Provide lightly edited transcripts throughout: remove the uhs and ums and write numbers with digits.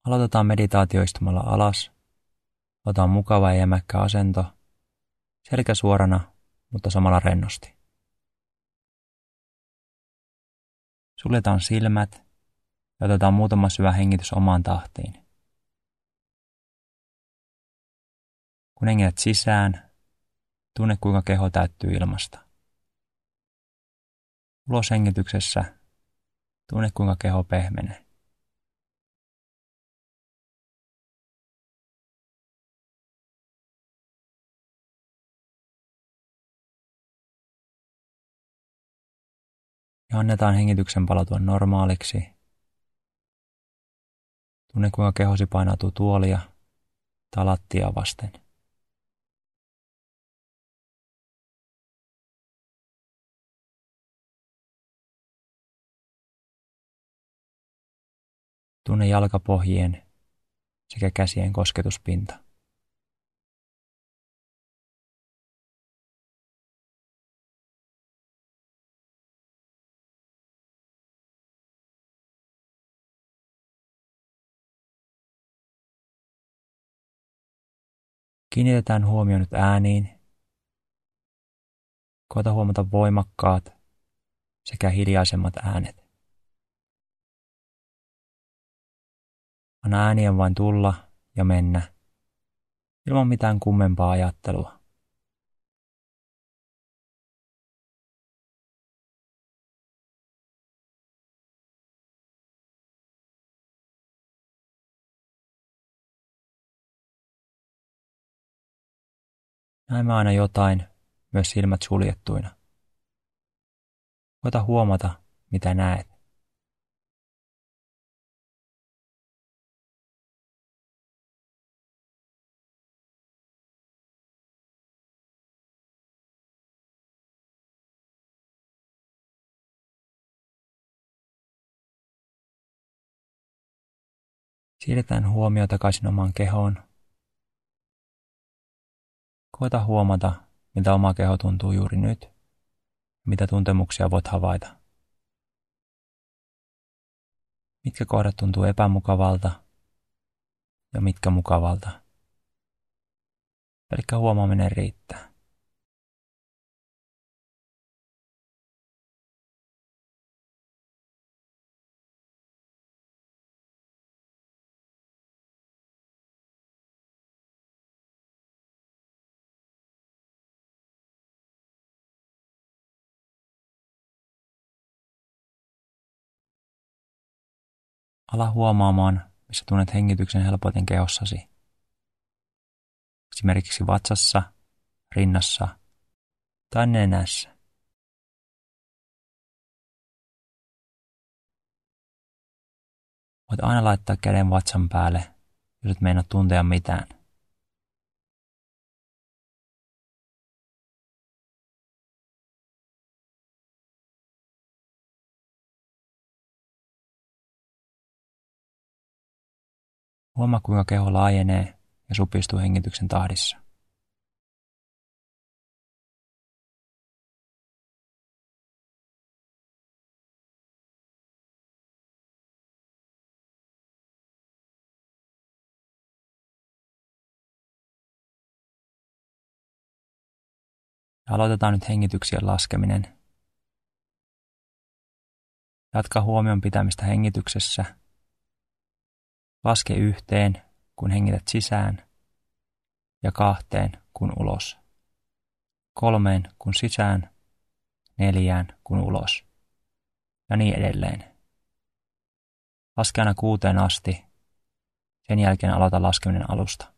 Aloitetaan meditaatio istumalla alas. Ota mukava ja jämäkkä asento, selkä suorana, mutta samalla rennosti. Suljetaan silmät ja otetaan muutama syvä hengitys omaan tahtiin. Kun hengität sisään, tunne kuinka keho täyttyy ilmasta. Uloshengityksessä tunne kuinka keho pehmenee. Ja annetaan hengityksen palautua normaaliksi. Tunne kuinka kehosi painautuu tuolia tai lattiaa vasten. Tunne jalkapohjien sekä käsien kosketuspinta. Kiinnitetään huomio nyt ääniin. Koeta huomata voimakkaat sekä hiljaisemmat äänet. Anna äänien vain tulla ja mennä, ilman mitään kummempaa ajattelua. Näemme aina jotain, myös silmät suljettuina. Koeta huomata, mitä näet. Siirretään huomio takaisin omaan kehoon. Koeta huomata, miltä oma keho tuntuu juuri nyt, mitä tuntemuksia voit havaita. Mitkä kohdat tuntuu epämukavalta ja mitkä mukavalta. Pelkkä huomaaminen riittää. Ala huomaamaan, missä tunnet hengityksen helpoiten kehossasi. Esimerkiksi vatsassa, rinnassa tai nenässä. Voit aina laittaa käden vatsan päälle, jos et meinaa tuntea mitään. Huomaa, kuinka keho laajenee ja supistuu hengityksen tahdissa. Ja aloitetaan nyt hengityksien laskeminen. Jatka huomion pitämistä hengityksessä. Laske 1, kun hengität sisään, ja 2, kun ulos. 3, kun sisään, 4, kun ulos. Ja niin edelleen. Laske aina 6 asti. Sen jälkeen aloita laskeminen alusta.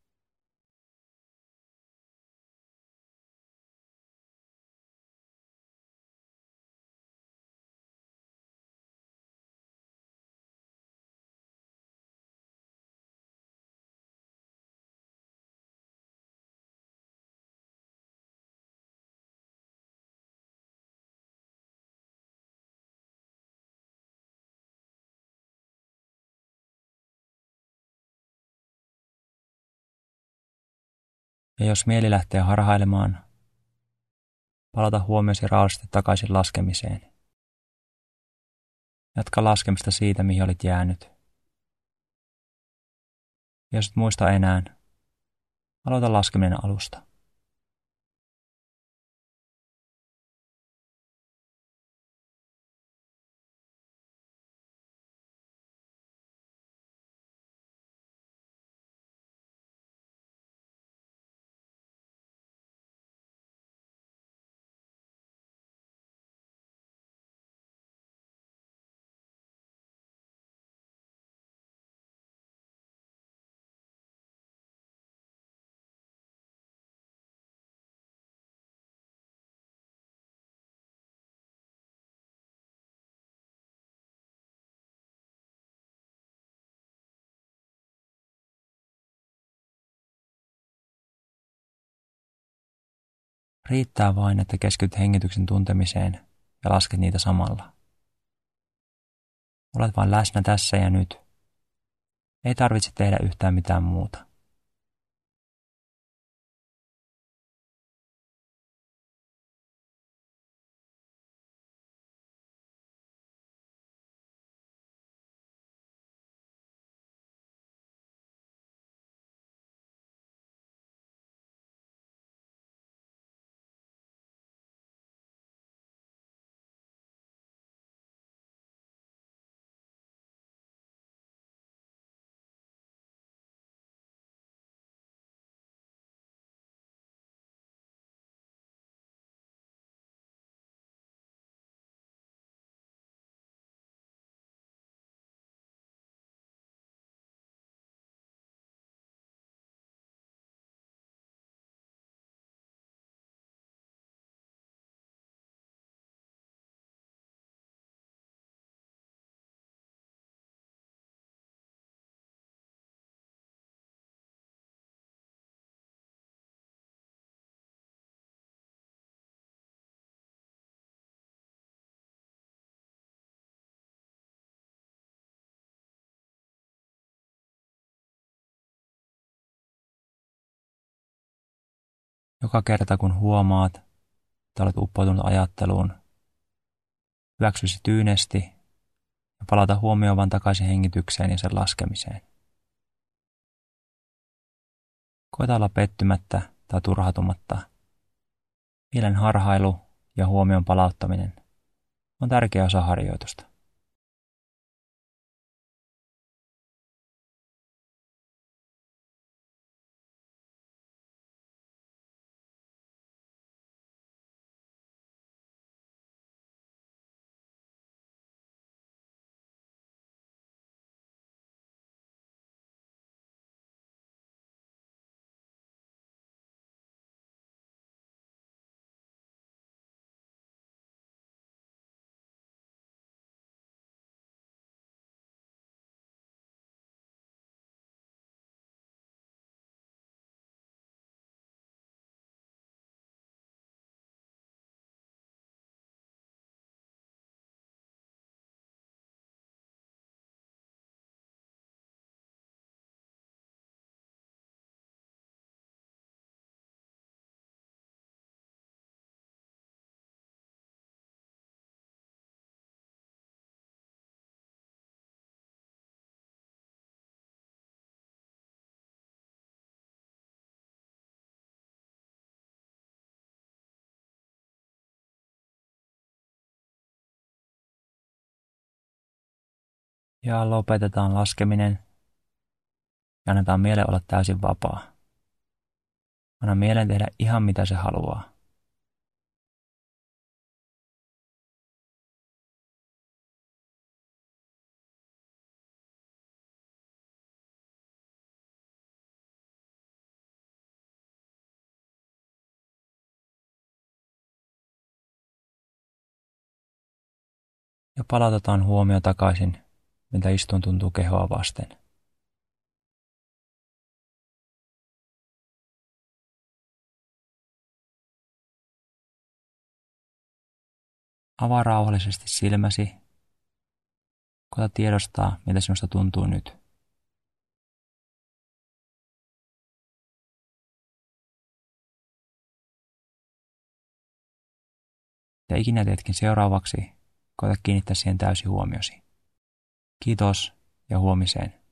Ja jos mieli lähtee harhailemaan, palauta huomiosi rauhallisesti takaisin laskemiseen. Jatka laskemista siitä, mihin olit jäänyt. Jos et muista enää, aloita laskeminen alusta. Riittää vain, että keskityt hengityksen tuntemiseen ja lasket niitä samalla. Olet vain läsnä tässä ja nyt. Ei tarvitse tehdä yhtään mitään muuta. Joka kerta kun huomaat, että olet uppoutunut ajatteluun, hyväksy se tyynesti ja palata huomioon vaan takaisin hengitykseen ja sen laskemiseen. Koeta olla pettymättä tai turhautumatta. Mielen harhailu ja huomion palauttaminen on tärkeä osa harjoitusta. Ja lopetetaan laskeminen ja annetaan mielen olla täysin vapaa. Anna mielen tehdä ihan mitä se haluaa. Ja palautetaan huomio takaisin, miltä istuin tuntuu kehoa vasten. Avaa rauhallisesti silmäsi. Koeta tiedostaa, miltä sinusta tuntuu nyt. Ja ikinä teetkin seuraavaksi, koeta kiinnittää siihen täysi huomiosi. Kiitos ja huomiseen.